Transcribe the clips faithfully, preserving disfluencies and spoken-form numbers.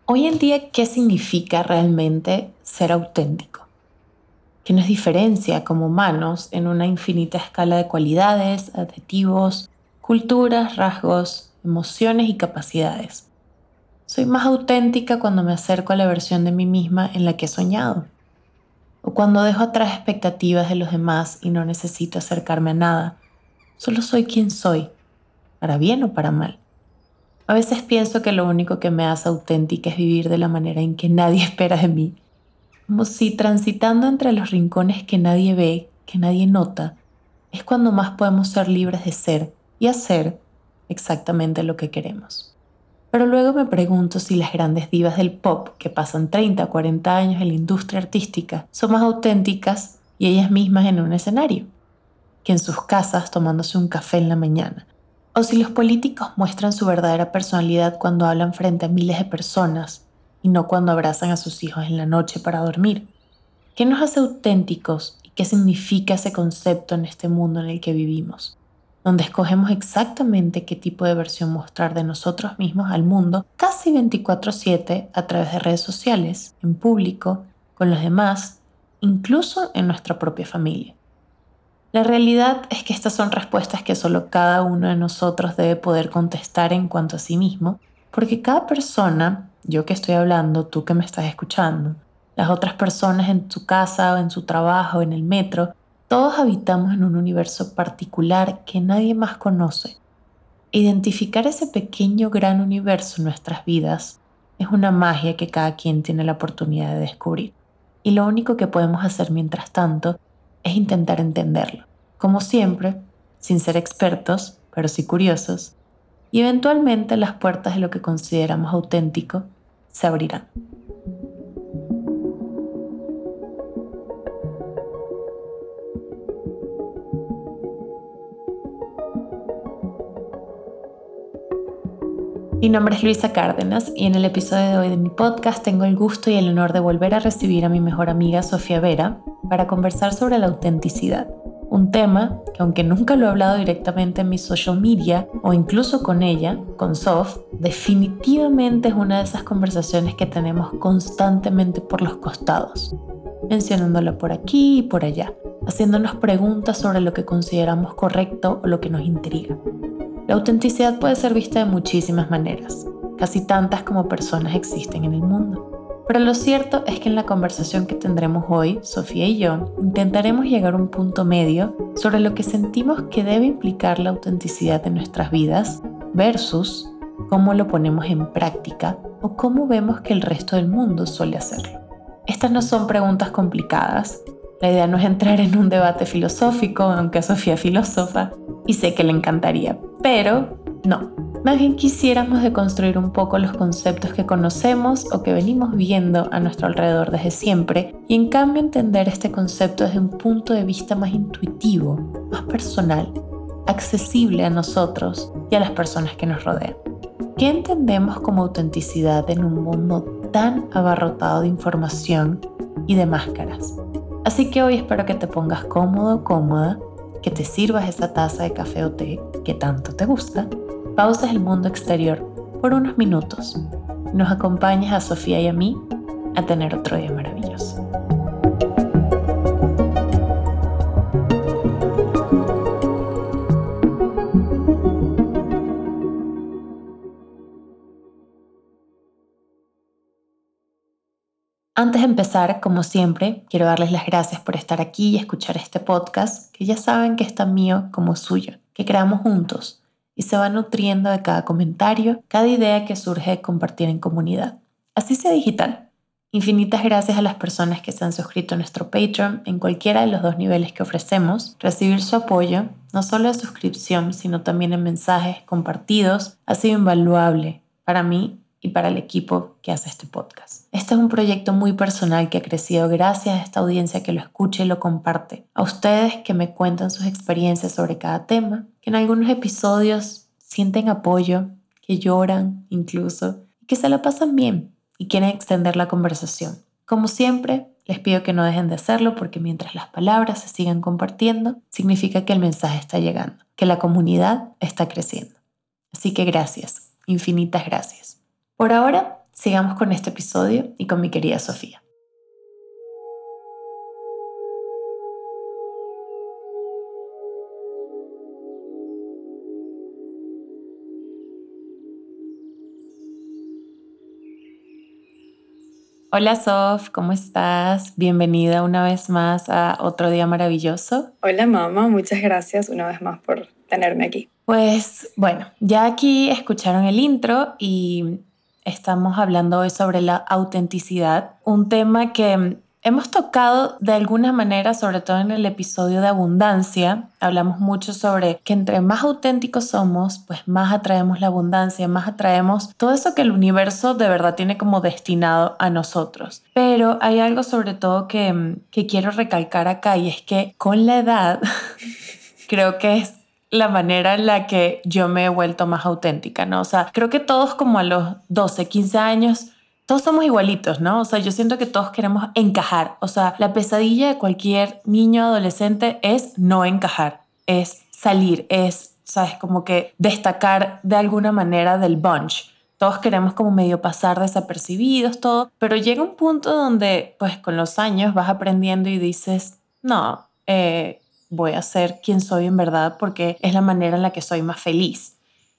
Hoy en día, ¿qué significa realmente ser auténtico? ¿Qué nos diferencia como humanos en una infinita escala de cualidades, adjetivos, culturas, rasgos, emociones y capacidades? Soy más auténtica cuando me acerco a la versión de mí misma en la que he soñado, o cuando dejo atrás expectativas de los demás y no necesito acercarme a nada. Solo soy quien soy, para bien o para mal. A veces pienso que lo único que me hace auténtica es vivir de la manera en que nadie espera de mí, como si transitando entre los rincones que nadie ve, que nadie nota, es cuando más podemos ser libres de ser y hacer exactamente lo que queremos. Pero luego me pregunto si las grandes divas del pop, que pasan treinta o cuarenta años en la industria artística, son más auténticas y ellas mismas en un escenario, que en sus casas tomándose un café en la mañana. O si los políticos muestran su verdadera personalidad cuando hablan frente a miles de personas y no cuando abrazan a sus hijos en la noche para dormir. ¿Qué nos hace auténticos y qué significa ese concepto en este mundo en el que vivimos, donde escogemos exactamente qué tipo de versión mostrar de nosotros mismos al mundo casi veinticuatro siete a través de redes sociales, en público, con los demás, incluso en nuestra propia familia? La realidad es que estas son respuestas que solo cada uno de nosotros debe poder contestar en cuanto a sí mismo, porque cada persona, yo que estoy hablando, tú que me estás escuchando, las otras personas en tu casa o en su trabajo, en el metro, todos habitamos en un universo particular que nadie más conoce. Identificar ese pequeño gran universo en nuestras vidas es una magia que cada quien tiene la oportunidad de descubrir. Y lo único que podemos hacer mientras tanto es intentar entenderlo. Como siempre, sin ser expertos, pero sí curiosos, y eventualmente las puertas de lo que consideramos auténtico se abrirán. Mi nombre es Luisa Cárdenas y en el episodio de hoy de mi podcast tengo el gusto y el honor de volver a recibir a mi mejor amiga Sofía Vera para conversar sobre la autenticidad, un tema que aunque nunca lo he hablado directamente en mi social media o incluso con ella, con Sof, definitivamente es una de esas conversaciones que tenemos constantemente por los costados, mencionándola por aquí y por allá, haciéndonos preguntas sobre lo que consideramos correcto o lo que nos intriga. La autenticidad puede ser vista de muchísimas maneras, casi tantas como personas existen en el mundo. Pero lo cierto es que en la conversación que tendremos hoy, Sofía y yo, intentaremos llegar a un punto medio sobre lo que sentimos que debe implicar la autenticidad en nuestras vidas versus cómo lo ponemos en práctica o cómo vemos que el resto del mundo suele hacerlo. Estas no son preguntas complicadas. La idea no es entrar en un debate filosófico, aunque Sofía es filósofa, y sé que le encantaría, pero no. Más bien quisiéramos deconstruir un poco los conceptos que conocemos o que venimos viendo a nuestro alrededor desde siempre y en cambio entender este concepto desde un punto de vista más intuitivo, más personal, accesible a nosotros y a las personas que nos rodean. ¿Qué entendemos como autenticidad en un mundo tan abarrotado de información y de máscaras? Así que hoy espero que te pongas cómodo o cómoda, que te sirvas esa taza de café o té que tanto te gusta, pauses el mundo exterior por unos minutos y nos acompañes a Sofía y a mí a tener otro día maravilloso. Antes de empezar, como siempre, quiero darles las gracias por estar aquí y escuchar este podcast, que ya saben que es tan mío como suyo, que creamos juntos y se va nutriendo de cada comentario, cada idea que surge de compartir en comunidad. Así sea digital. Infinitas gracias a las personas que se han suscrito a nuestro Patreon en cualquiera de los dos niveles que ofrecemos. Recibir su apoyo, no solo de suscripción, sino también en mensajes compartidos, ha sido invaluable para mí y para el equipo que hace este podcast. Este es un proyecto muy personal que ha crecido gracias a esta audiencia que lo escucha y lo comparte. A ustedes que me cuentan sus experiencias sobre cada tema, que en algunos episodios sienten apoyo, que lloran incluso, y que se la pasan bien y quieren extender la conversación. Como siempre, les pido que no dejen de hacerlo porque mientras las palabras se sigan compartiendo, significa que el mensaje está llegando, que la comunidad está creciendo. Así que gracias, infinitas gracias. Por ahora, sigamos con este episodio y con mi querida Sofía. Hola Sof, ¿cómo estás? Bienvenida una vez más a otro día maravilloso. Hola mamá, muchas gracias una vez más por tenerme aquí. Pues bueno, ya aquí escucharon el intro y estamos hablando hoy sobre la autenticidad, un tema que hemos tocado de alguna manera, sobre todo en el episodio de abundancia. Hablamos mucho sobre que entre más auténticos somos, pues más atraemos la abundancia, más atraemos todo eso que el universo de verdad tiene como destinado a nosotros. Pero hay algo sobre todo que, que quiero recalcar acá, y es que con la edad creo que es la manera en la que yo me he vuelto más auténtica, ¿no? O sea, creo que todos como a los doce, quince años, todos somos igualitos, ¿no? O sea, yo siento que todos queremos encajar. O sea, la pesadilla de cualquier niño adolescente es no encajar, es salir, es, ¿sabes? Como que destacar de alguna manera del bunch. Todos queremos como medio pasar desapercibidos, todo, pero llega un punto donde, pues con los años vas aprendiendo y dices, no, eh, voy a ser quien soy en verdad porque es la manera en la que soy más feliz.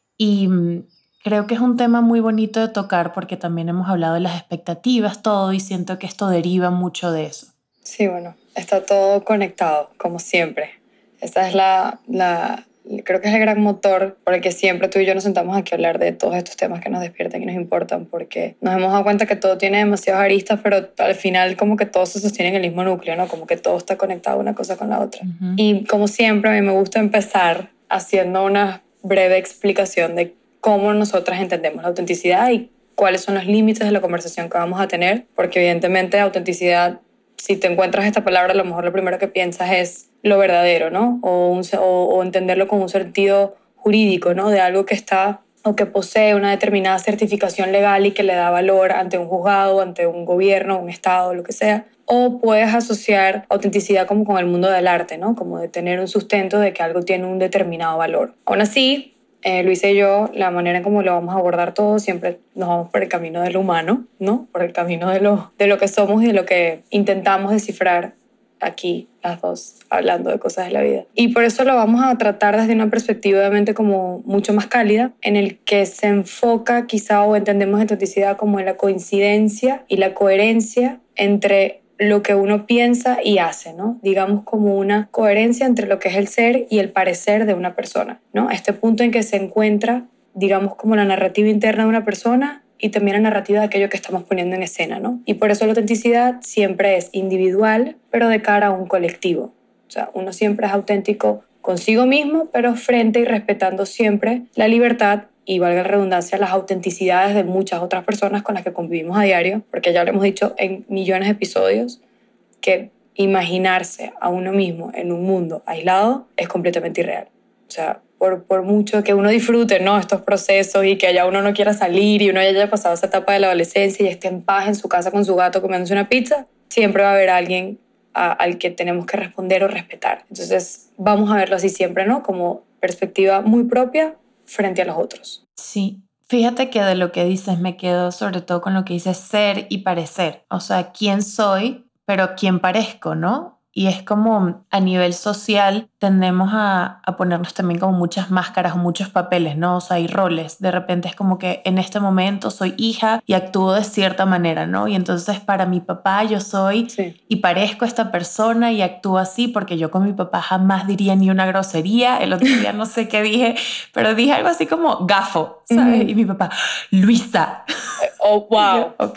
Y mm, creo que es un tema muy bonito de tocar porque también hemos hablado de las expectativas, todo, y siento que esto deriva mucho de eso. Sí, bueno, está todo conectado, como siempre. Esa es la, la, creo que es el gran motor por el que siempre tú y yo nos sentamos aquí a hablar de todos estos temas que nos despiertan y nos importan, porque nos hemos dado cuenta que todo tiene demasiadas aristas, pero al final como que todo se sostiene en el mismo núcleo, ¿no? Como que todo está conectado una cosa con la otra. Uh-huh. Y como siempre, a mí me gusta empezar haciendo una breve explicación de cómo nosotras entendemos la autenticidad y cuáles son los límites de la conversación que vamos a tener, porque evidentemente autenticidad, si te encuentras esta palabra, a lo mejor lo primero que piensas es lo verdadero, ¿no? O, un, o, o entenderlo con un sentido jurídico, ¿no? De algo que está o que posee una determinada certificación legal y que le da valor ante un juzgado, ante un gobierno, un estado, lo que sea. O puedes asociar autenticidad como con el mundo del arte, ¿no? Como de tener un sustento de que algo tiene un determinado valor. Aún así, Eh, Luisa y yo, la manera en cómo lo vamos a abordar todo, siempre nos vamos por el camino de lo humano, ¿no? Por el camino de lo, de lo que somos y de lo que intentamos descifrar aquí las dos, hablando de cosas de la vida. Y por eso lo vamos a tratar desde una perspectiva obviamente como mucho más cálida, en el que se enfoca quizá o entendemos autenticidad como en la coincidencia y la coherencia entre lo que uno piensa y hace, ¿no? Digamos como una coherencia entre lo que es el ser y el parecer de una persona, ¿no? A este punto en que se encuentra, digamos, como la narrativa interna de una persona y también la narrativa de aquello que estamos poniendo en escena, ¿no? Y por eso la autenticidad siempre es individual, pero de cara a un colectivo. O sea, uno siempre es auténtico consigo mismo, pero frente y respetando siempre la libertad y, valga la redundancia, las autenticidades de muchas otras personas con las que convivimos a diario, porque ya lo hemos dicho en millones de episodios, que imaginarse a uno mismo en un mundo aislado es completamente irreal. O sea, por, por mucho que uno disfrute, ¿no?, estos procesos y que allá uno no quiera salir y uno ya haya pasado esa etapa de la adolescencia y esté en paz en su casa con su gato comiéndose una pizza, siempre va a haber alguien a, al que tenemos que responder o respetar. Entonces, vamos a verlo así siempre, ¿no?, como perspectiva muy propia frente a los otros. Sí, fíjate que de lo que dices me quedo sobre todo con lo que dices ser y parecer. O sea, quién soy, pero quién parezco, ¿no? Y es como a nivel social tendemos a, a ponernos también como muchas máscaras o muchos papeles, ¿no? O sea, hay roles. De repente es como que en este momento soy hija y actúo de cierta manera, ¿no? Y entonces para mi papá yo soy Sí. y parezco esta persona y actúo así porque yo con mi papá jamás diría ni una grosería. El otro día no sé qué dije, pero dije algo así como gafo, ¿sabes? Mm-hmm. Y mi papá, Luisa. Oh, wow. Yo, ok.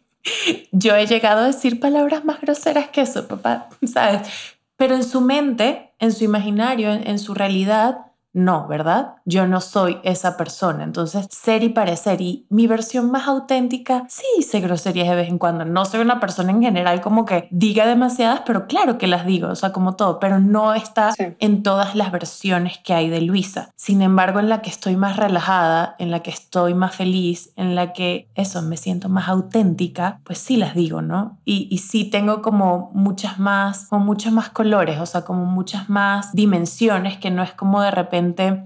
Yo he llegado a decir palabras más groseras que eso, papá, ¿sabes? Pero en su mente, en su imaginario, en, en su realidad, no, ¿verdad? Yo no soy esa persona. Entonces, ser y parecer. Y mi versión más auténtica, sí dice groserías de vez en cuando. No soy una persona en general como que diga demasiadas, pero claro que las digo, o sea, como todo, pero no está Sí. en todas las versiones que hay de Luisa. Sin embargo, en la que estoy más relajada, en la que estoy más feliz, en la que eso, me siento más auténtica, pues sí las digo, ¿no? Y, y sí tengo como muchas más, como muchos más colores, o sea, como muchas más dimensiones, que no es como de repente solo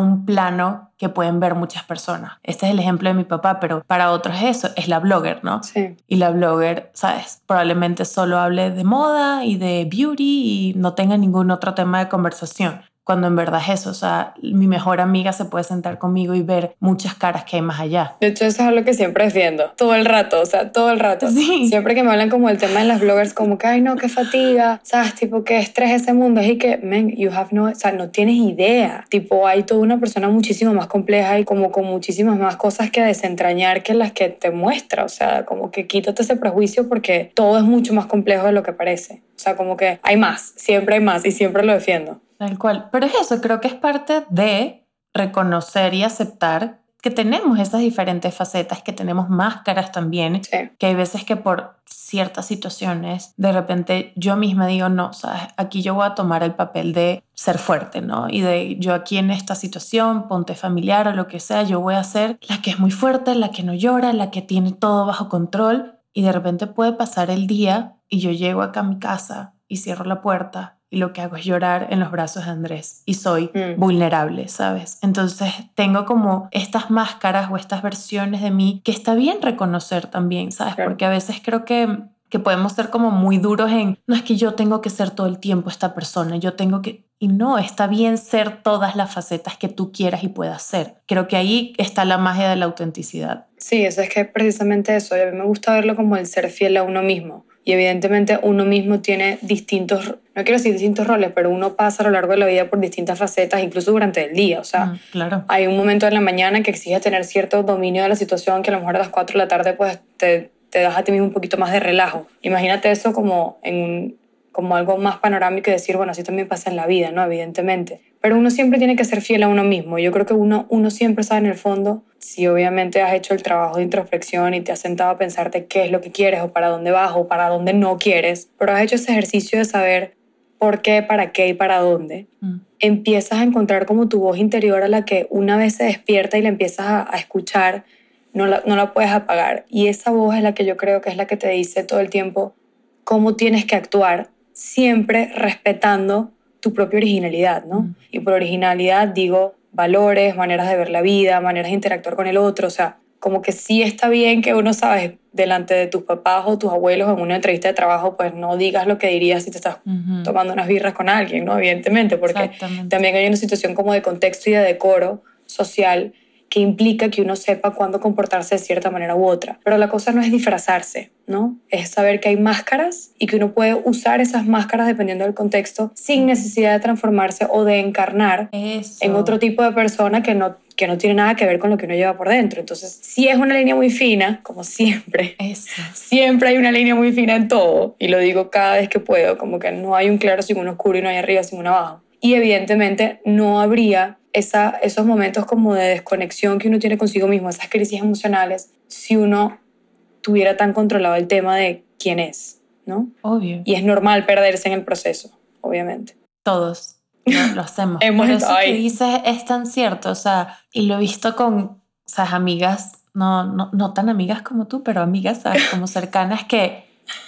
un plano que pueden ver muchas personas. Este es el ejemplo de mi papá, pero para otros es eso, es la blogger, ¿no? Sí. Y la blogger, ¿sabes? Probablemente solo hable de moda y de beauty y no tenga ningún otro tema de conversación. Cuando en verdad es eso, o sea, mi mejor amiga se puede sentar conmigo y ver muchas caras que hay más allá. De hecho, eso es algo que siempre defiendo, todo el rato, o sea, todo el rato. Sí. Siempre que me hablan como el tema de las bloggers, como que, ay, no, qué fatiga, ¿sabes? Tipo, qué estrés ese mundo. Es y que, man, you have no, o sea, no tienes idea. Tipo, hay toda una persona muchísimo más compleja y como con muchísimas más cosas que desentrañar que las que te muestra. O sea, como que quítate ese prejuicio porque todo es mucho más complejo de lo que parece. O sea, como que hay más, siempre hay más y siempre lo defiendo. Tal cual. Pero es eso, creo que es parte de reconocer y aceptar que tenemos esas diferentes facetas, que tenemos máscaras también, Sí. que hay veces que por ciertas situaciones, de repente yo misma digo, no, ¿sabes? Aquí yo voy a tomar el papel de ser fuerte, ¿no? Y de yo aquí en esta situación, ponte familiar o lo que sea, yo voy a ser la que es muy fuerte, la que no llora, la que tiene todo bajo control. Y de repente puede pasar el día y yo llego acá a mi casa y cierro la puerta y lo que hago es llorar en los brazos de Andrés y soy Mm. vulnerable, ¿sabes? Entonces tengo como estas máscaras o estas versiones de mí que está bien reconocer también, ¿sabes? Claro. Porque a veces creo que, que podemos ser como muy duros en, no es que yo tengo que ser todo el tiempo esta persona, yo tengo que... Y no, está bien ser todas las facetas que tú quieras y puedas ser. Creo que ahí está la magia de la autenticidad. Sí, eso es que es precisamente eso. Y a mí me gusta verlo como el ser fiel a uno mismo. Y evidentemente uno mismo tiene distintos, no quiero decir distintos roles, pero uno pasa a lo largo de la vida por distintas facetas, incluso durante el día. O sea, Mm, claro. hay un momento en la mañana que exige tener cierto dominio de la situación, que a lo mejor a las cuatro de la tarde pues te, te das a ti mismo un poquito más de relajo. Imagínate eso como, en un, como algo más panorámico y decir, bueno, así también pasa en la vida, ¿no? Evidentemente. Pero uno siempre tiene que ser fiel a uno mismo. Yo creo que uno, uno siempre sabe en el fondo, si obviamente has hecho el trabajo de introspección y te has sentado a pensarte qué es lo que quieres o para dónde vas o para dónde no quieres, pero has hecho ese ejercicio de saber por qué, para qué y para dónde, Mm. empiezas a encontrar como tu voz interior a la que una vez se despierta y la empiezas a, a escuchar, no la, no la puedes apagar. Y esa voz es la que yo creo que es la que te dice todo el tiempo cómo tienes que actuar, siempre respetando tu propia originalidad, ¿no? Mm. Y por originalidad digo valores, maneras de ver la vida, maneras de interactuar con el otro, o sea, como que sí está bien que uno, sabes, delante de tus papás o tus abuelos en una entrevista de trabajo, pues no digas lo que dirías si te estás Ujú. tomando unas birras con alguien, ¿no? Evidentemente, porque Exactamente. también hay una situación como de contexto y de decoro social que implica que uno sepa cuándo comportarse de cierta manera u otra. Pero la cosa no es disfrazarse, ¿no? Es saber que hay máscaras y que uno puede usar esas máscaras dependiendo del contexto sin necesidad de transformarse o de encarnar Eso. en otro tipo de persona que no, que no tiene nada que ver con lo que uno lleva por dentro. Entonces, sí es una línea muy fina, como siempre. Eso. Siempre hay una línea muy fina en todo, y lo digo cada vez que puedo, como que no hay un claro sin un oscuro y no hay arriba sin un abajo. Y evidentemente no habría esa, esos momentos como de desconexión que uno tiene consigo mismo, esas crisis emocionales, si uno tuviera tan controlado el tema de quién es, ¿no? Obvio. Y es normal perderse en el proceso, obviamente. Todos lo, lo hacemos. Hemos Pero estado eso que ahí. dices es tan cierto, o sea, y lo he visto con, o sea, amigas, no, no, no tan amigas como tú, pero amigas, ¿sabes? Como cercanas que,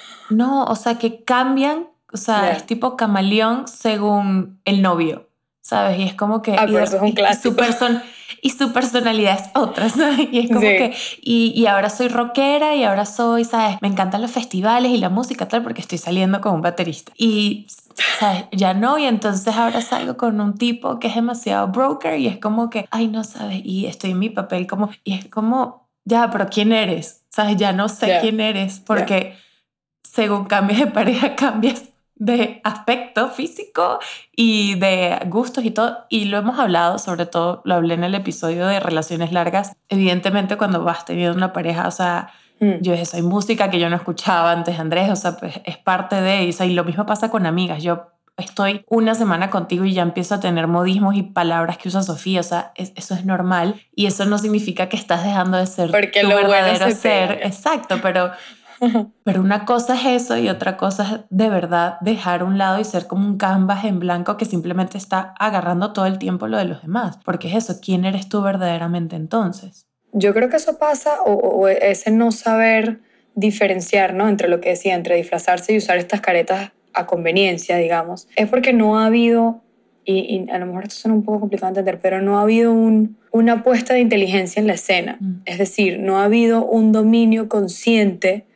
no, o sea, que cambian, o sea, Ya. es tipo camaleón según el novio, ¿sabes? Y es como que, Ah, y, pero de- eso es un y- y su clásico. person- y su personalidad es otra, ¿sabes? Y es como Sí. que, y, y ahora soy rockera y ahora soy, ¿sabes? Me encantan los festivales y la música tal porque estoy saliendo con un baterista. Y, ¿sabes? Ya no, y entonces ahora salgo con un tipo que es demasiado broker y es como que, ay, no, ¿sabes? Y estoy en mi papel como, y es como, ya, pero ¿quién eres? ¿Sabes? Ya no sé Ya. quién eres porque según cambias de pareja, cambias de aspecto físico y de gustos y todo. Y lo hemos hablado, sobre todo lo hablé en el episodio de relaciones largas. Evidentemente, cuando vas teniendo una pareja, o sea, Mm. yo soy música que yo no escuchaba antes, Andrés, o sea, pues es parte de eso. Y lo mismo pasa con amigas. Yo estoy una semana contigo y ya empiezo a tener modismos y palabras que usa Sofía, o sea, es, eso es normal y eso no significa que estás dejando de ser Porque tu lo bueno verdadero se ser. pega. Exacto, pero pero una cosa es eso y otra cosa es de verdad dejar a un lado y ser como un canvas en blanco que simplemente está agarrando todo el tiempo lo de los demás. Porque es eso, ¿quién eres tú verdaderamente entonces? Yo creo que eso pasa, o, o ese no saber diferenciar, ¿no? Entre lo que decía, entre disfrazarse y usar estas caretas a conveniencia, digamos, es porque no ha habido y, y a lo mejor esto suena un poco complicado de entender, pero no ha habido un, una puesta de inteligencia en la escena. Mm. Es decir, no ha habido un dominio consciente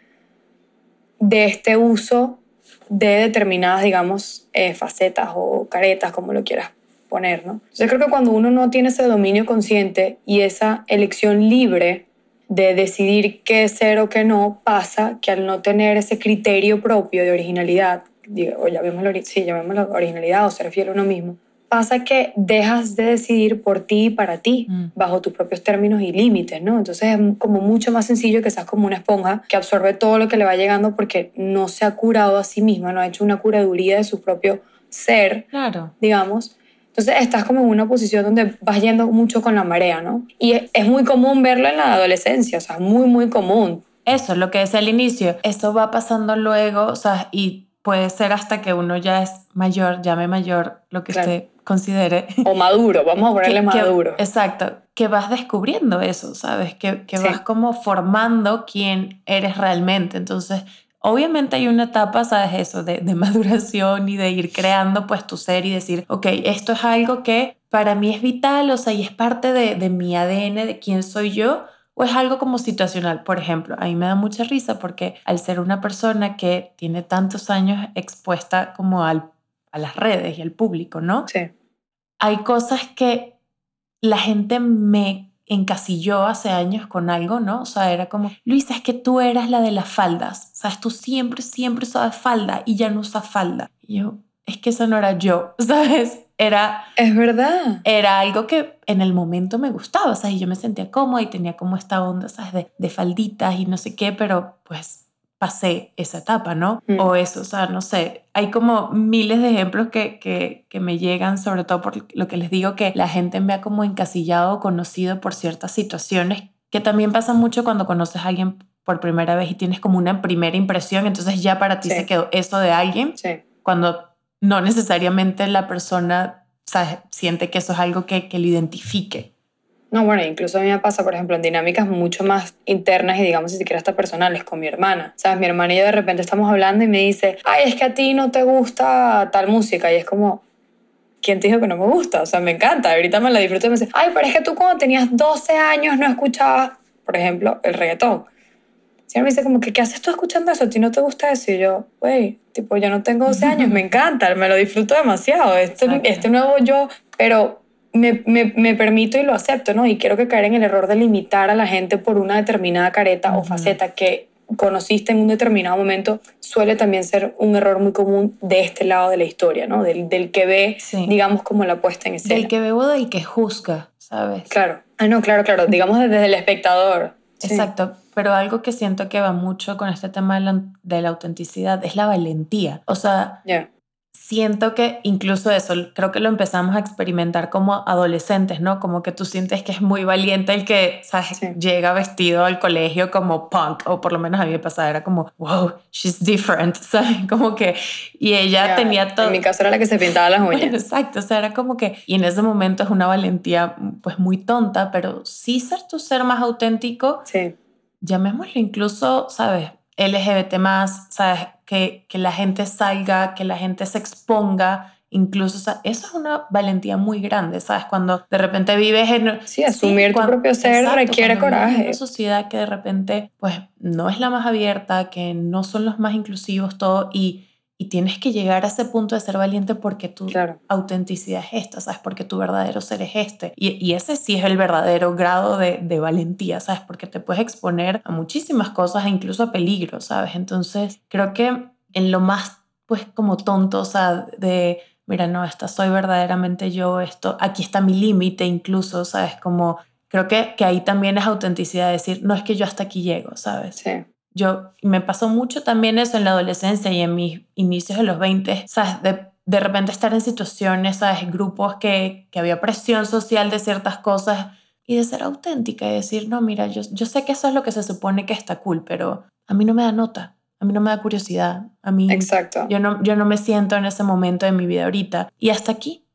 de este uso de determinadas, digamos, eh, facetas o caretas, como lo quieras poner, ¿no? Yo creo que cuando uno no tiene ese dominio consciente y esa elección libre de decidir qué ser o qué no, pasa que al no tener ese criterio propio de originalidad, o llamémoslo, sí, llamémoslo originalidad o ser fiel a uno mismo, pasa que dejas de decidir por ti y para ti, mm. bajo tus propios términos y límites, ¿no? Entonces es como mucho más sencillo que seas como una esponja que absorbe todo lo que le va llegando porque no se ha curado a sí misma, no ha hecho una curaduría de su propio ser, claro. digamos. Entonces estás como en una posición donde vas yendo mucho con la marea, ¿no? Y es, es muy común verlo en la adolescencia, o sea, muy, muy común. Eso es lo que decía al inicio. Eso va pasando luego, o sea, y puede ser hasta que uno ya es mayor, llame mayor, lo que claro. usted considere. O maduro, vamos a ponerle que, maduro. Que, exacto, que vas descubriendo eso, ¿sabes? Que, que sí. vas como formando quién eres realmente. Entonces, obviamente hay una etapa, ¿sabes? Eso de, de maduración y de ir creando pues tu ser y decir, ok, esto es algo que para mí es vital, o sea, y es parte de, de mi A D N, de quién soy yo, o es algo como situacional. Por ejemplo, a mí me da mucha risa porque al ser una persona que tiene tantos años expuesta como al, a las redes y al público, ¿no? Sí. Hay cosas que la gente me encasilló hace años con algo, ¿no? O sea, era como, Luisa, es que tú eras la de las faldas. ¿Sabes? Tú siempre, siempre usabas falda y ya no usas falda. Y yo, es que eso no era yo, ¿sabes? Era... Es verdad. Era algo que en el momento me gustaba, ¿sabes? Y yo me sentía cómoda y tenía como esta onda, ¿sabes? De, de falditas y no sé qué, pero pues pasé esa etapa, ¿no? Mm. O eso, o sea, no sé. Hay como miles de ejemplos que, que, que me llegan, sobre todo por lo que les digo, que la gente me ha como encasillado o conocido por ciertas situaciones, que también pasa mucho cuando conoces a alguien por primera vez y tienes como una primera impresión, entonces ya para ti sí. se quedó eso de alguien, sí. cuando no necesariamente la persona, ¿sabes? Siente que eso es algo que, que lo identifique. No, bueno, incluso a mí me pasa, por ejemplo, en dinámicas mucho más internas y digamos, si siquiera hasta personales, con mi hermana. ¿Sabes? Mi hermana y yo de repente estamos hablando y me dice, ay, es que a ti no te gusta tal música. Y es como, ¿quién te dijo que no me gusta? O sea, me encanta, ahorita me la disfruto y me dice, ay, pero es que tú cuando tenías doce años no escuchabas, por ejemplo, el reggaetón. Siempre me dice como que, ¿qué haces tú escuchando eso? ¿A ti no te gusta eso? Y yo, güey, tipo, yo no tengo doce años, me encanta, me lo disfruto demasiado, este, este nuevo yo, pero me, me, me permito y lo acepto, ¿no? Y quiero que caer en el error de limitar a la gente por una determinada careta uh-huh. o faceta que conociste en un determinado momento, suele también ser un error muy común de este lado de la historia, ¿no? Del, del que ve, sí. digamos, como la puesta en escena. Del que ve o del que juzga, ¿sabes? Claro. Ah, no, claro, claro, digamos desde el espectador. Exacto, sí. Pero algo que siento que va mucho con este tema de la, de la autenticidad es la valentía. O sea, yeah. siento que incluso eso, creo que lo empezamos a experimentar como adolescentes, ¿no? Como que tú sientes que es muy valiente el que, ¿sabes? Sí. Llega vestido al colegio como punk, o por lo menos a mí me pasaba, era como, wow, she's different, ¿sabes? Como que, y ella yeah. tenía todo... En mi caso era la que se pintaba las uñas. Bueno, exacto, o sea, era como que, y en ese momento es una valentía pues muy tonta, pero sí ser tu ser más auténtico, sí. llamémoslo incluso, ¿sabes? L G B T más, ¿sabes? Que, que la gente salga, que la gente se exponga, incluso, o sea, eso es una valentía muy grande, ¿sabes? Cuando de repente vives en... Sí, asumir sí, cuando, tu propio ser exacto, requiere coraje. En una sociedad que de repente, pues, no es la más abierta, que no son los más inclusivos, todo, y... Y tienes que llegar a ese punto de ser valiente porque tu claro. autenticidad es esta, ¿sabes? Porque tu verdadero ser es este. Y, y ese sí es el verdadero grado de, de valentía, ¿sabes? Porque te puedes exponer a muchísimas cosas e incluso a peligro, ¿sabes? Entonces, creo que en lo más, pues, como tonto, o sea, de, mira, no, esta soy verdaderamente yo, esto, aquí está mi límite incluso, ¿sabes? Como, creo que, que ahí también es autenticidad, decir, no es que yo hasta aquí llego, ¿sabes? Sí. Yo, me pasó mucho también eso en la adolescencia y en mis inicios de los veinte, ¿sabes? De, de repente estar en situaciones, ¿sabes? Grupos que, que había presión social de ciertas cosas y de ser auténtica y decir, no, mira, yo, yo sé que eso es lo que se supone que está cool, pero a mí no me da nota, a mí no me da curiosidad, a mí Exacto. Yo, no, yo no me siento en ese momento de mi vida ahorita y hasta aquí.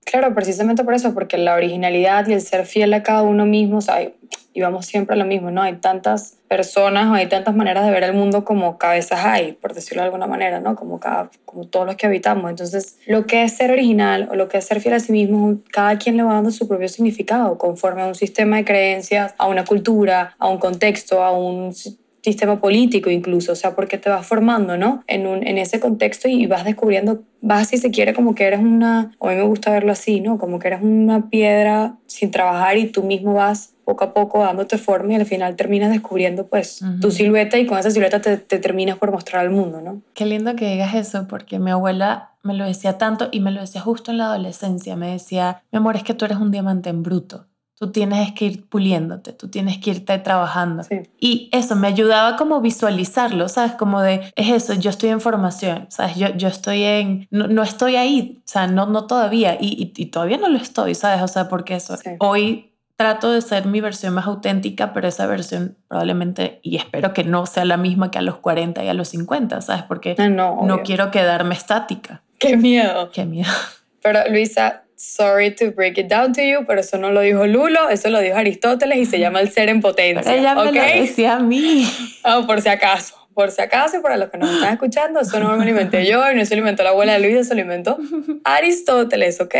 Claro, precisamente por eso, porque la originalidad y el ser fiel a cada uno mismo, o sea, y vamos siempre a lo mismo, ¿no? Hay tantas personas o hay tantas maneras de ver el mundo como cabezas hay, por decirlo de alguna manera, ¿no? Como, cada, como todos los que habitamos. Entonces, lo que es ser original o lo que es ser fiel a sí mismo, cada quien le va dando su propio significado conforme a un sistema de creencias, a una cultura, a un contexto, a un sistema político incluso, o sea, porque te vas formando, ¿no? En, un, en ese contexto y vas descubriendo, vas si se quiere como que eres una, o a mí me gusta verlo así, ¿no? Como que eres una piedra sin trabajar y tú mismo vas poco a poco dándote forma y al final terminas descubriendo pues uh-huh. tu silueta y con esa silueta te, te terminas por mostrar al mundo, ¿no? Qué lindo que digas eso porque mi abuela me lo decía tanto y me lo decía justo en la adolescencia, me decía, mi amor, es que tú eres un diamante en bruto. Tú tienes que ir puliéndote, tú tienes que irte trabajando. Sí. Y eso me ayudaba como visualizarlo, ¿sabes? Como de, es eso, yo estoy en formación, ¿sabes? Yo, yo estoy en, no, no estoy ahí, o sea, no, no todavía, y, y, y todavía no lo estoy, ¿sabes? O sea, porque eso, sí. hoy trato de ser mi versión más auténtica, pero esa versión probablemente, y espero que no sea la misma que a los cuarenta y a los cincuenta, ¿sabes? Porque no, no, no quiero quedarme estática. ¡Qué miedo! ¡Qué miedo! Pero Luisa, sorry to break it down to you, pero eso no lo dijo Lulo, eso lo dijo Aristóteles y se llama el ser en potencia. Pero ella me ¿okay? lo decía a mí. Oh, por si acaso, por si acaso y para los que nos están escuchando, eso no me lo inventé yo y no se lo inventó la abuela de Luisa, eso lo inventó Aristóteles, ¿ok?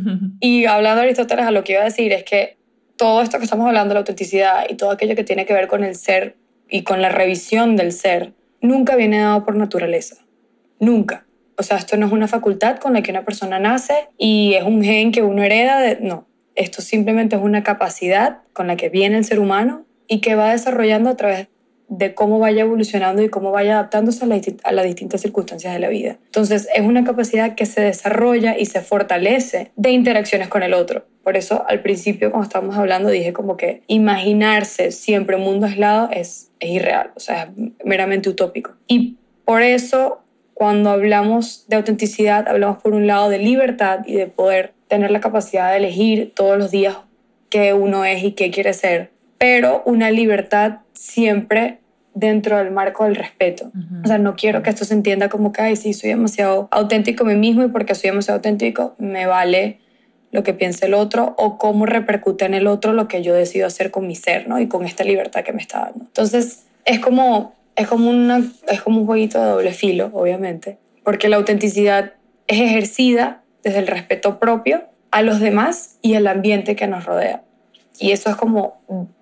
Y hablando de Aristóteles, a lo que iba a decir es que todo esto que estamos hablando, la autenticidad y todo aquello que tiene que ver con el ser y con la revisión del ser, nunca viene dado por naturaleza. Nunca. O sea, esto no es una facultad con la que una persona nace y es un gen que uno hereda. De... No, esto simplemente es una capacidad con la que viene el ser humano y que va desarrollando a través de cómo vaya evolucionando y cómo vaya adaptándose a, la disti- a las distintas circunstancias de la vida. Entonces, es una capacidad que se desarrolla y se fortalece de interacciones con el otro. Por eso, al principio, cuando estábamos hablando, dije como que imaginarse siempre un mundo aislado es, es irreal, o sea, es meramente utópico. Y por eso, cuando hablamos de autenticidad, hablamos por un lado de libertad y de poder tener la capacidad de elegir todos los días qué uno es y qué quiere ser, pero una libertad siempre dentro del marco del respeto. Uh-huh. O sea, no quiero que esto se entienda como que, ay, sí, soy demasiado auténtico a mí mismo y porque soy demasiado auténtico me vale lo que piense el otro o cómo repercute en el otro lo que yo decido hacer con mi ser, ¿no? Y con esta libertad que me está dando. Entonces, es como... Es como, una, es como un jueguito de doble filo, obviamente, porque la autenticidad es ejercida desde el respeto propio a los demás y al ambiente que nos rodea. Y eso es como,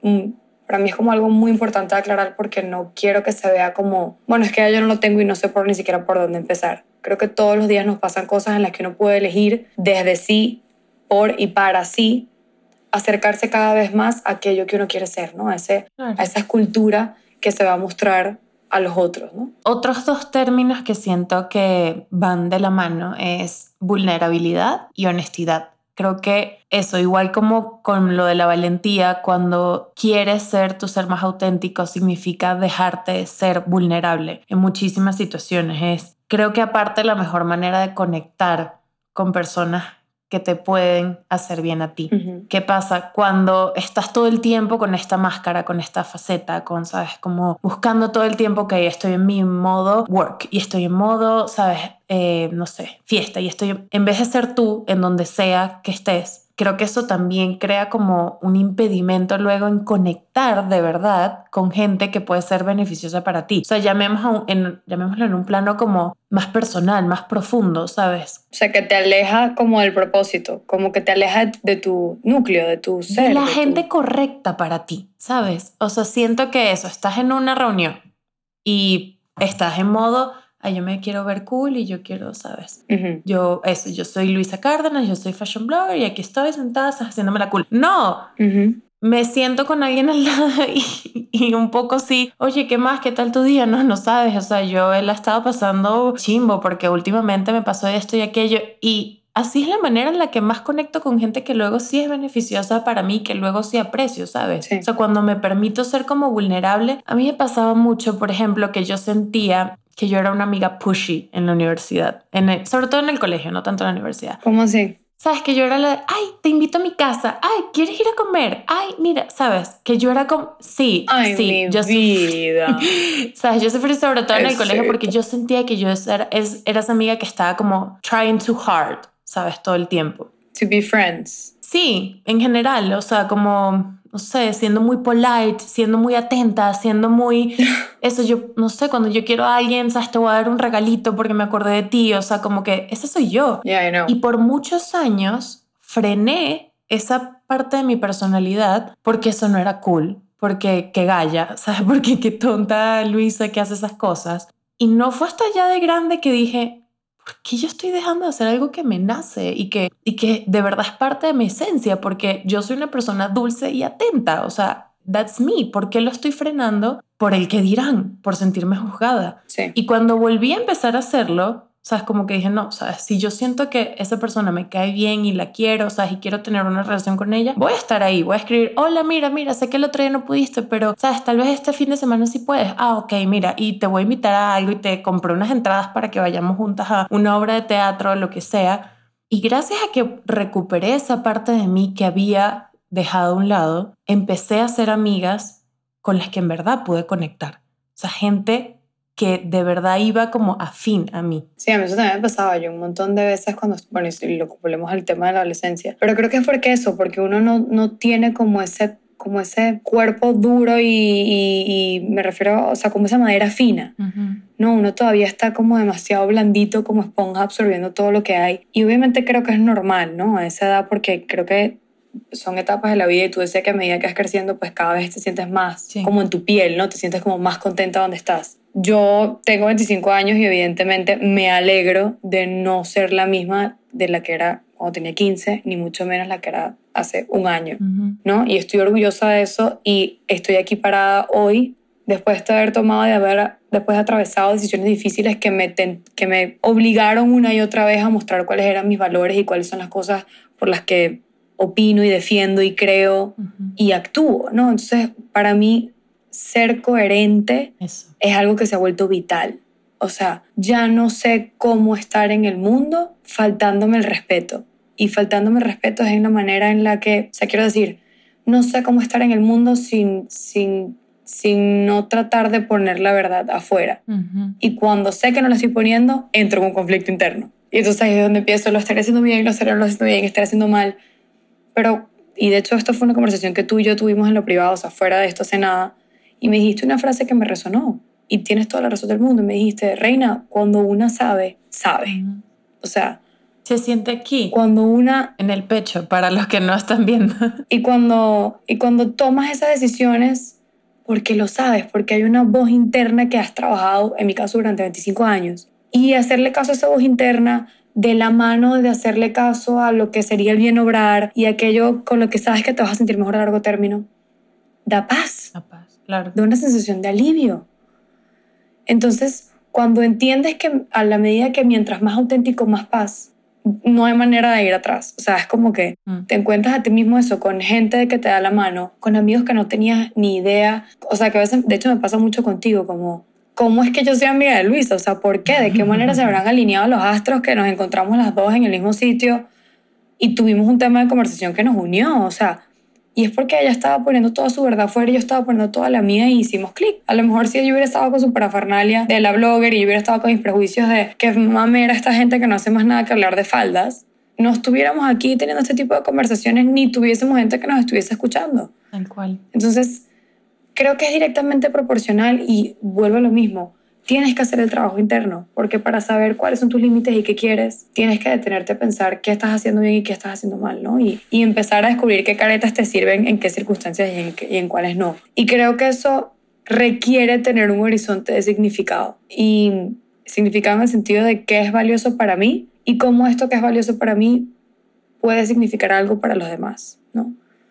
para mí es como algo muy importante de aclarar porque no quiero que se vea como, bueno, es que yo no lo tengo y no sé por ni siquiera por dónde empezar. Creo que todos los días nos pasan cosas en las que uno puede elegir desde sí, por y para sí, acercarse cada vez más a aquello que uno quiere ser, ¿no? A, ese, a esa escultura que se va a mostrar a los otros, ¿no? Otros dos términos que siento que van de la mano es vulnerabilidad y honestidad. Creo que eso, igual como con lo de la valentía, cuando quieres ser tu ser más auténtico, significa dejarte ser vulnerable en muchísimas situaciones. Es, creo que aparte la mejor manera de conectar con personas que te pueden hacer bien a ti. Uh-huh. ¿Qué pasa? Cuando estás todo el tiempo con esta máscara, con esta faceta, con, ¿sabes? Como buscando todo el tiempo que estoy en mi modo work y estoy en modo, ¿sabes? Eh, no sé, fiesta y estoy, en vez de ser tú en donde sea que estés, creo que eso también crea como un impedimento luego en conectar de verdad con gente que puede ser beneficiosa para ti. O sea, llamemos en, llamémoslo en un plano como más personal, más profundo, ¿sabes? O sea, que te aleja como del propósito, como que te aleja de tu núcleo, de tu ser. De la de gente tu... correcta para ti, ¿sabes? O sea, siento que eso, estás en una reunión y estás en modo... Ay, yo me quiero ver cool y yo quiero, ¿sabes? Uh-huh. Yo, eso, yo soy Luisa Cárdenas, yo soy fashion blogger y aquí estoy sentada haciéndome la cool. ¡No! Uh-huh. Me siento con alguien al lado y, y un poco sí, oye, ¿qué más? ¿Qué tal tu día? No, no sabes, o sea, yo la he estado pasando chimbo porque últimamente me pasó esto y aquello y así es la manera en la que más conecto con gente que luego sí es beneficiosa para mí, que luego sí aprecio, ¿sabes? Sí. O sea, cuando me permito ser como vulnerable, a mí me pasaba mucho, por ejemplo, que yo sentía que yo era una amiga pushy en la universidad, en el, sobre todo en el colegio, no tanto en la universidad. ¿Cómo así? ¿Sabes? Que yo era la de, ay, te invito a mi casa, ay, ¿quieres ir a comer? Ay, mira, ¿sabes? Que yo era como, sí, ay, sí. mi yo vida. Sufrí, ¿sabes? Yo sufrí sobre todo en el colegio porque yo sentía que yo era, era esa amiga que estaba como trying too hard, ¿sabes? Todo el tiempo. To be friends. Sí, en general, o sea, como, no sé, siendo muy polite, siendo muy atenta, siendo muy... Eso yo, no sé, cuando yo quiero a alguien, sabes, te voy a dar un regalito porque me acordé de ti, o sea, como que ese soy yo. Yeah, I know. Y por muchos años frené esa parte de mi personalidad porque eso no era cool, porque qué galla, ¿sabes? Porque qué tonta Luisa que hace esas cosas. Y no fue hasta ya de grande que dije, ¿por qué yo estoy dejando de hacer algo que me nace y que, y que de verdad es parte de mi esencia? Porque yo soy una persona dulce y atenta, o sea, that's me. ¿Por qué lo estoy frenando? Por el que dirán, por sentirme juzgada. Sí. Y cuando volví a empezar a hacerlo, sabes, como que dije, no, sabes, si yo siento que esa persona me cae bien y la quiero, sabes, y quiero tener una relación con ella, voy a estar ahí, voy a escribir, hola, mira, mira, sé que el otro día no pudiste, pero, sabes, tal vez este fin de semana sí puedes. Ah, ok, mira, y te voy a invitar a algo y te compré unas entradas para que vayamos juntas a una obra de teatro, lo que sea. Y gracias a que recuperé esa parte de mí que había dejado a un lado, empecé a hacer amigas con las que en verdad pude conectar. O sea, gente que de verdad iba como afín a mí. Sí, a mí eso también me pasaba yo un montón de veces cuando, bueno, y lo volvemos al tema de la adolescencia. Pero creo que es porque eso, porque uno no, no tiene como ese, como ese cuerpo duro y, y, y me refiero, o sea, como esa madera fina. Uh-huh. No, uno todavía está como demasiado blandito, como esponja, absorbiendo todo lo que hay. Y obviamente creo que es normal, ¿no? A esa edad, porque creo que son etapas de la vida y tú decías que a medida que vas creciendo, pues cada vez te sientes más Sí. como en tu piel, ¿no? Te sientes como más contenta donde estás. Yo tengo veinticinco años y evidentemente me alegro de no ser la misma de la que era cuando tenía quince, ni mucho menos la que era hace un año, Uh-huh. ¿no? Y estoy orgullosa de eso y estoy aquí parada hoy después de haber tomado, de haber después de atravesado decisiones difíciles que me, ten, que me obligaron una y otra vez a mostrar cuáles eran mis valores y cuáles son las cosas por las que opino y defiendo y creo uh-huh. y actúo, ¿no? Entonces, para mí, ser coherente Eso. es algo que se ha vuelto vital. O sea, ya no sé cómo estar en el mundo faltándome el respeto. Y faltándome el respeto es en la manera en la que, o sea, quiero decir, no sé cómo estar en el mundo sin, sin, sin no tratar de poner la verdad afuera. Uh-huh. Y cuando sé que no la estoy poniendo, entro en un conflicto interno. Y entonces ahí es donde empiezo, lo estaré haciendo bien, lo estaré haciendo bien, estaré haciendo mal. Pero, y de hecho esto fue una conversación que tú y yo tuvimos en lo privado, o sea, fuera de esto hace nada, y me dijiste una frase que me resonó, y tienes toda la razón del mundo, me dijiste, Reina, cuando una sabe, sabe. Uh-huh. O sea... Se siente aquí, cuando una... en el pecho, para los que no están viendo. Y cuando, y cuando tomas esas decisiones, porque lo sabes, porque hay una voz interna que has trabajado, en mi caso, durante veinticinco años, y hacerle caso a esa voz interna de la mano de hacerle caso a lo que sería el bien obrar y aquello con lo que sabes que te vas a sentir mejor a largo término, da paz. Da paz, claro. Da una sensación de alivio. Entonces, cuando entiendes que a la medida que mientras más auténtico, más paz, no hay manera de ir atrás. O sea, es como que mm. te encuentras a ti mismo eso, con gente que te da la mano, con amigos que no tenías ni idea. O sea, que a veces, de hecho me pasa mucho contigo, como... ¿Cómo es que yo soy amiga de Luisa? O sea, ¿por qué? ¿De qué manera se habrán alineado los astros que nos encontramos las dos en el mismo sitio y tuvimos un tema de conversación que nos unió? O sea, y es porque ella estaba poniendo toda su verdad fuera y yo estaba poniendo toda la mía y hicimos clic. A lo mejor si ella hubiera estado con su parafernalia de la blogger y yo hubiera estado con mis prejuicios de que mamera esta gente que no hace más nada que hablar de faldas, no estuviéramos aquí teniendo este tipo de conversaciones ni tuviésemos gente que nos estuviese escuchando. Tal cual. Entonces... creo que es directamente proporcional y vuelvo a lo mismo. Tienes que hacer el trabajo interno, porque para saber cuáles son tus límites y qué quieres, tienes que detenerte a pensar qué estás haciendo bien y qué estás haciendo mal, ¿no? Y, y empezar a descubrir qué caretas te sirven, en qué circunstancias y en, qué, y en cuáles no. Y creo que eso requiere tener un horizonte de significado. Y significado en el sentido de qué es valioso para mí y cómo esto que es valioso para mí puede significar algo para los demás, ¿no?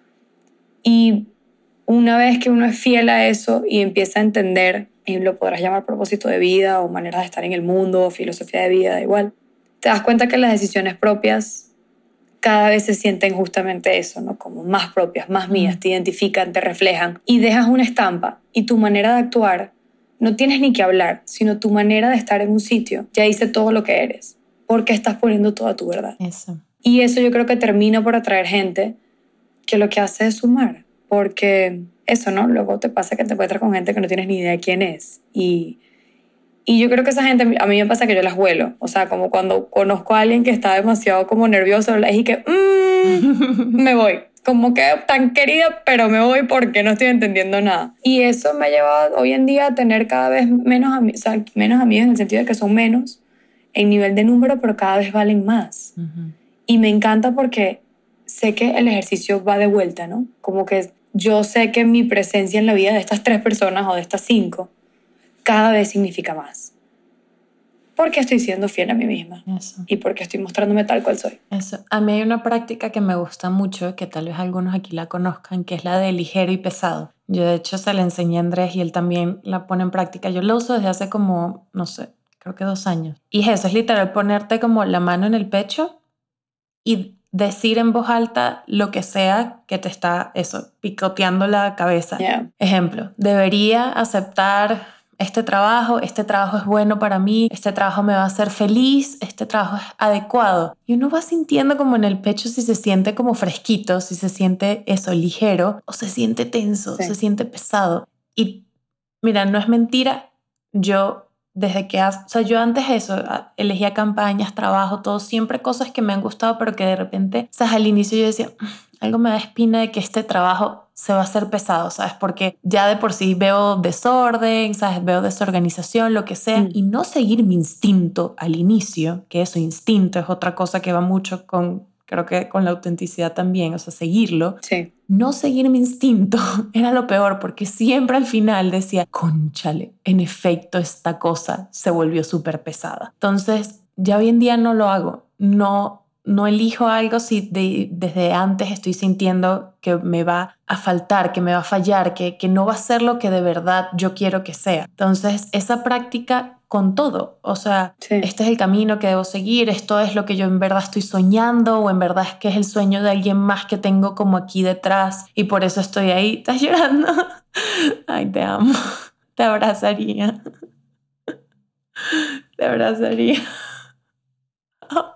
Y una vez que uno es fiel a eso y empieza a entender, y lo podrás llamar propósito de vida o manera de estar en el mundo, o filosofía de vida, da igual, te das cuenta que las decisiones propias cada vez se sienten justamente eso, ¿no? Como más propias, más mías, te identifican, te reflejan y dejas una estampa y tu manera de actuar, no tienes ni que hablar, sino tu manera de estar en un sitio ya dice todo lo que eres, porque estás poniendo toda tu verdad. Eso. Y eso yo creo que termina por atraer gente que lo que hace es sumar. Porque eso, ¿no? Luego te pasa que te encuentras con gente que no tienes ni idea de quién es. Y, Y yo creo que esa gente, a mí me pasa que yo las vuelo. O sea, como cuando conozco a alguien que está demasiado como nervioso, y que mmm, me voy. Como que tan querida, pero me voy porque no estoy entendiendo nada. Y eso me ha llevado hoy en día a tener cada vez menos, ami- o sea, menos amigos en el sentido de que son menos en nivel de número, pero cada vez valen más. Uh-huh. Y me encanta porque sé que el ejercicio va de vuelta, ¿no? Como que yo sé que mi presencia en la vida de estas tres personas o de estas cinco cada vez significa más. Porque estoy siendo fiel a mí misma. Eso. Y porque estoy mostrándome tal cual soy. Eso. A mí hay una práctica que me gusta mucho, que tal vez algunos aquí la conozcan, que es la de ligero y pesado. Yo de hecho se la enseñé a Andrés y él también la pone en práctica. Yo la uso desde hace como, no sé, creo que dos años. Y es eso, es literal ponerte como la mano en el pecho y decir en voz alta lo que sea que te está, eso, picoteando la cabeza. Yeah. Ejemplo, debería aceptar este trabajo, este trabajo es bueno para mí, este trabajo me va a hacer feliz, este trabajo es adecuado. Y uno va sintiendo como en el pecho si se siente como fresquito, si se siente eso, ligero, o se siente tenso, Sí. se siente pesado. Y mira, no es mentira, yo desde que, o sea, yo antes eso, elegía campañas, trabajo, todo, siempre cosas que me han gustado, pero que de repente, o sea, al inicio yo decía, algo me da espina de que este trabajo se va a hacer pesado, ¿sabes? Porque ya de por sí veo desorden, ¿sabes? Veo desorganización, lo que sea, mm. y no seguir mi instinto al inicio, que eso, instinto, es otra cosa que va mucho con, creo que con la autenticidad también, o sea, seguirlo. Sí. No seguir mi instinto era lo peor, porque siempre al final decía, cónchale, en efecto esta cosa se volvió súper pesada. Entonces, ya hoy en día no lo hago, no No elijo algo si de, desde antes estoy sintiendo que me va a faltar, que me va a fallar, que, que no va a ser lo que de verdad yo quiero que sea. Entonces, esa práctica con todo, o sea, sí. Este es el camino que debo seguir, esto es lo que yo en verdad estoy soñando o en verdad es que es el sueño de alguien más que tengo como aquí detrás y por eso estoy ahí. ¿Estás llorando? Ay, te amo. Te abrazaría. Te abrazaría. Ok.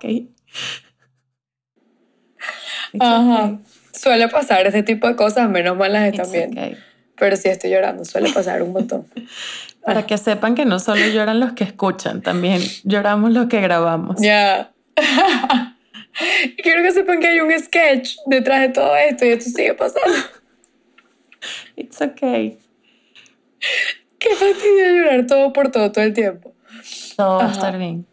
Ajá. Okay. Suele pasar ese tipo de cosas, menos mal las están viendo. Okay. Pero sí estoy llorando, suele pasar un montón. Para ah. que sepan que no solo lloran los que escuchan, también lloramos los que grabamos. Ya. Yeah. Quiero que sepan que hay un sketch detrás de todo esto y esto sigue pasando. It's okay. Qué fastidio llorar todo por todo, todo el tiempo. Todo va a estar bien.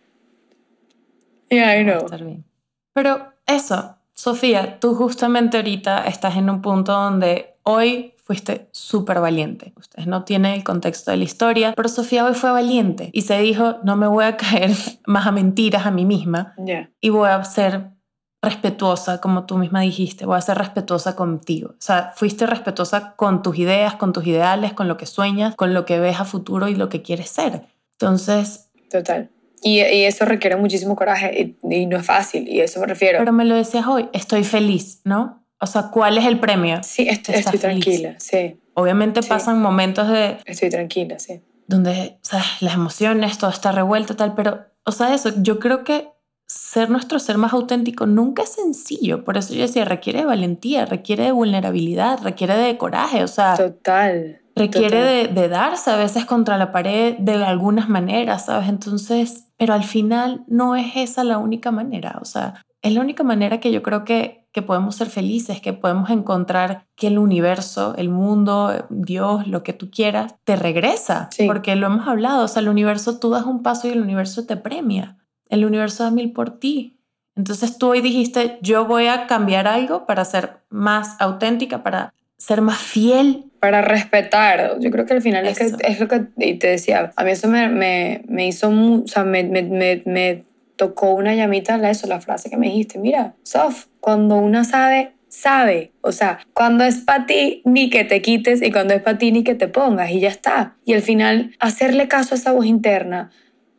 Yeah, I todo know. Va a estar bien. Pero eso, Sofía, tú justamente ahorita estás en un punto donde hoy fuiste súper valiente. Ustedes no tienen el contexto de la historia, pero Sofía hoy fue valiente y se dijo, no me voy a caer más a mentiras a mí misma yeah. y voy a ser respetuosa, como tú misma dijiste, voy a ser respetuosa contigo. O sea, fuiste respetuosa con tus ideas, con tus ideales, con lo que sueñas, con lo que ves a futuro y lo que quieres ser. Entonces... Total. Y, y eso requiere muchísimo coraje y, y no es fácil, y a eso me refiero. Pero me lo decías hoy, estoy feliz, ¿no? O sea, ¿cuál es el premio? Sí, est- estoy feliz? tranquila, sí. Obviamente sí. pasan momentos de... Estoy tranquila, sí. Donde, o sea, las emociones, todo está revuelto, tal, pero, o sea, eso, yo creo que ser nuestro ser más auténtico nunca es sencillo. Por eso yo decía, requiere de valentía, requiere de vulnerabilidad, requiere de coraje, o sea... Total. Requiere total. De, de darse a veces contra la pared de algunas maneras, ¿sabes? Entonces, pero al final no es esa la única manera, o sea, es la única manera que yo creo que, que podemos ser felices, que podemos encontrar que el universo, el mundo, Dios, lo que tú quieras, te regresa, sí. Porque lo hemos hablado, o sea, el universo, tú das un paso y el universo te premia, el universo da mil por ti. Entonces tú hoy dijiste, yo voy a cambiar algo para ser más auténtica, para ser más fiel. Para respetar. Yo creo que al final es, que, es lo que y te decía. A mí eso me, me, me hizo, o sea, me, me, me, me tocó una llamita, eso, la frase que me dijiste. Mira, Sof, cuando una sabe, sabe. O sea, cuando es para ti, ni que te quites, y cuando es para ti, ni que te pongas, y ya está. Y al final, hacerle caso a esa voz interna,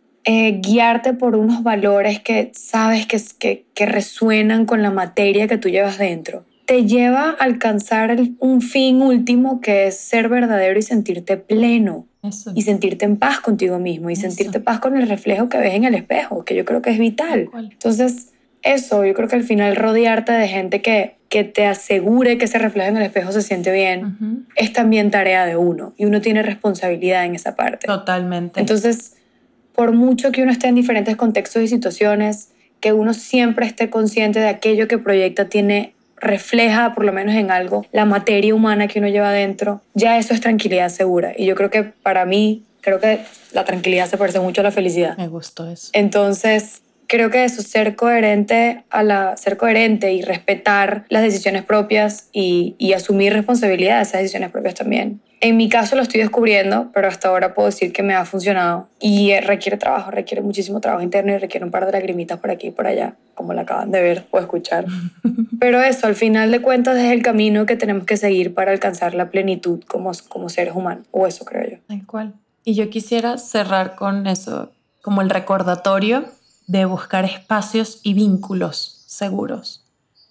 eh, guiarte por unos valores que sabes que, que, que resuenan con la materia que tú llevas dentro, te lleva a alcanzar un fin último, que es ser verdadero y sentirte pleno. Eso. Y sentirte en paz contigo mismo y Eso. sentirte en paz con el reflejo que ves en el espejo, que yo creo que es vital. Entonces, eso, yo creo que al final rodearte de gente que, que te asegure que ese reflejo en el espejo se siente bien, uh-huh. es también tarea de uno y uno tiene responsabilidad en esa parte. Totalmente. Entonces, por mucho que uno esté en diferentes contextos y situaciones, que uno siempre esté consciente de aquello que proyecta tiene, refleja por lo menos en algo la materia humana que uno lleva adentro, ya eso es tranquilidad segura. Y yo creo que para mí, creo que la tranquilidad se parece mucho a la felicidad. Me gustó eso. Entonces, creo que eso, ser coherente, a la, ser coherente y respetar las decisiones propias y, y asumir responsabilidad de esas decisiones propias también. En mi caso lo estoy descubriendo, pero hasta ahora puedo decir que me ha funcionado y requiere trabajo, requiere muchísimo trabajo interno y requiere un par de lagrimitas por aquí y por allá, como la acaban de ver o escuchar. Pero eso, al final de cuentas, es el camino que tenemos que seguir para alcanzar la plenitud como, como seres humanos, o eso creo yo. Tal cual. Y yo quisiera cerrar con eso, como el recordatorio de buscar espacios y vínculos seguros,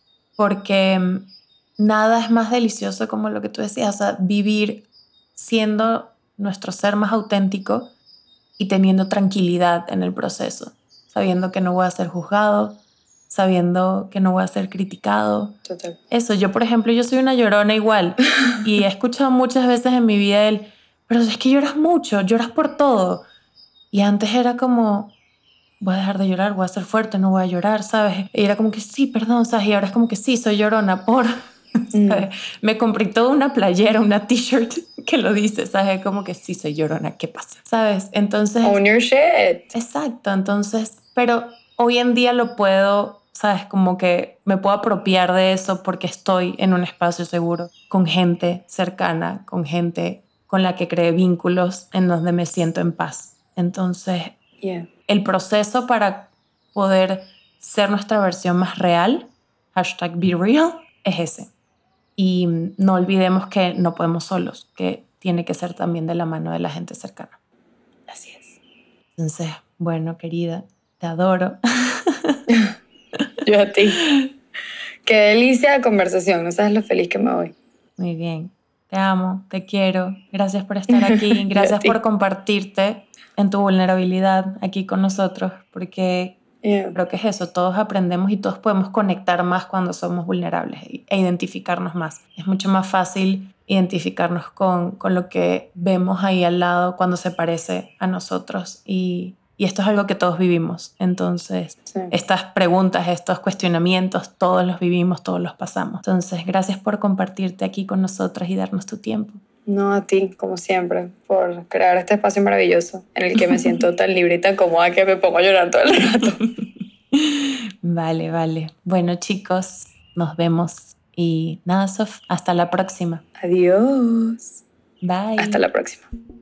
porque nada es más delicioso como lo que tú decías, o sea, vivir siendo nuestro ser más auténtico y teniendo tranquilidad en el proceso, sabiendo que no voy a ser juzgado, sabiendo que no voy a ser criticado. Total. Eso, yo por ejemplo, yo soy una llorona igual y he escuchado muchas veces en mi vida el, pero es que lloras mucho, lloras por todo. Y antes era como, voy a dejar de llorar, voy a ser fuerte, no voy a llorar, ¿sabes? Y era como que sí, perdón, ¿sabes? Y ahora es como que sí, soy llorona por... ¿sabes? Mm. Me compré toda una playera, una t-shirt que lo dice, ¿sabes? Como que sí, soy llorona, ¿qué pasa? ¿Sabes? Entonces... Own your shit. Exacto, entonces... Pero hoy en día lo puedo, ¿sabes? Como que me puedo apropiar de eso porque estoy en un espacio seguro, con gente cercana, con gente con la que creé vínculos en donde me siento en paz. Entonces... Yeah. El proceso para poder ser nuestra versión más real, hashtag be real, es ese. Y no olvidemos que no podemos solos, que tiene que ser también de la mano de la gente cercana. Así es. Entonces, bueno, querida, te adoro. Yo a ti. Qué delicia de conversación, no sabes lo feliz que me voy. Muy bien, te amo, te quiero. Gracias por estar aquí, gracias por compartirte en tu vulnerabilidad aquí con nosotros, porque yeah. creo que es eso, todos aprendemos y todos podemos conectar más cuando somos vulnerables e identificarnos más. Es mucho más fácil identificarnos con, con lo que vemos ahí al lado cuando se parece a nosotros y, y esto es algo que todos vivimos. Entonces, sí. estas preguntas, estos cuestionamientos, todos los vivimos, todos los pasamos. Entonces, gracias por compartirte aquí con nosotros y darnos tu tiempo. No, a ti, como siempre, por crear este espacio maravilloso en el que me siento tan libre y tan cómoda que me pongo a llorar todo el rato. Vale, vale. Bueno, chicos, nos vemos. Y nada, Sof, hasta la próxima. Adiós. Bye. Hasta la próxima.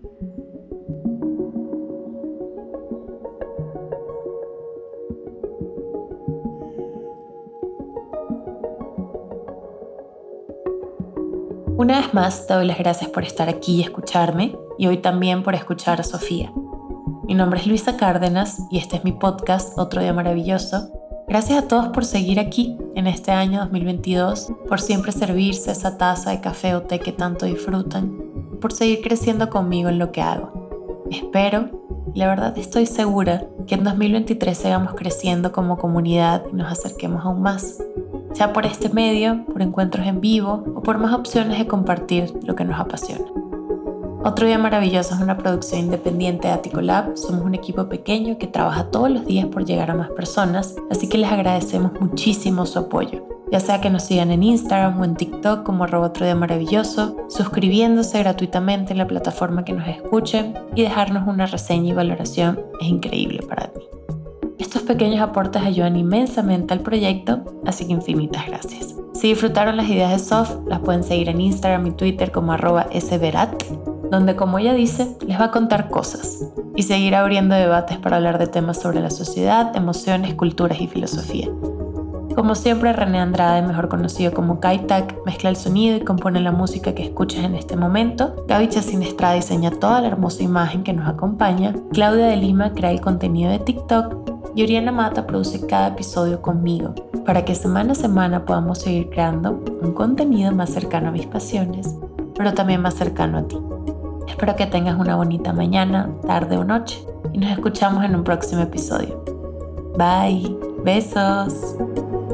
Una vez más, te doy las gracias por estar aquí y escucharme, y hoy también por escuchar a Sofía. Mi nombre es Luisa Cárdenas y este es mi podcast Otro Día Maravilloso. Gracias a todos por seguir aquí en este año dos mil veintidós, por siempre servirse esa taza de café o té que tanto disfrutan, por seguir creciendo conmigo en lo que hago. Espero, y la verdad estoy segura, que en dos mil veintitrés sigamos creciendo como comunidad y nos acerquemos aún más. Ya por este medio, por encuentros en vivo o por más opciones de compartir lo que nos apasiona. Otro Día Maravilloso es una producción independiente de Aticolab. Somos un equipo pequeño que trabaja todos los días por llegar a más personas, así que les agradecemos muchísimo su apoyo. Ya sea que nos sigan en Instagram o en TikTok como arroba Otro Día Maravilloso, suscribiéndose gratuitamente en la plataforma que nos escuchen y dejarnos una reseña y valoración es increíble para mí. Estos pequeños aportes ayudan inmensamente al proyecto, así que infinitas gracias. Si disfrutaron las ideas de Sof, las pueden seguir en Instagram y Twitter como arroba sberat, donde, como ella dice, les va a contar cosas y seguir abriendo debates para hablar de temas sobre la sociedad, emociones, culturas y filosofía. Como siempre, René Andrade, mejor conocido como Kaitak, mezcla el sonido y compone la música que escuchas en este momento. Gaby Chacín Estrada diseña toda la hermosa imagen que nos acompaña. Claudia de Lima crea el contenido de TikTok. Y Oriana Mata produce cada episodio conmigo, para que semana a semana podamos seguir creando un contenido más cercano a mis pasiones, pero también más cercano a ti. Espero que tengas una bonita mañana, tarde o noche, y nos escuchamos en un próximo episodio. Bye. Besos.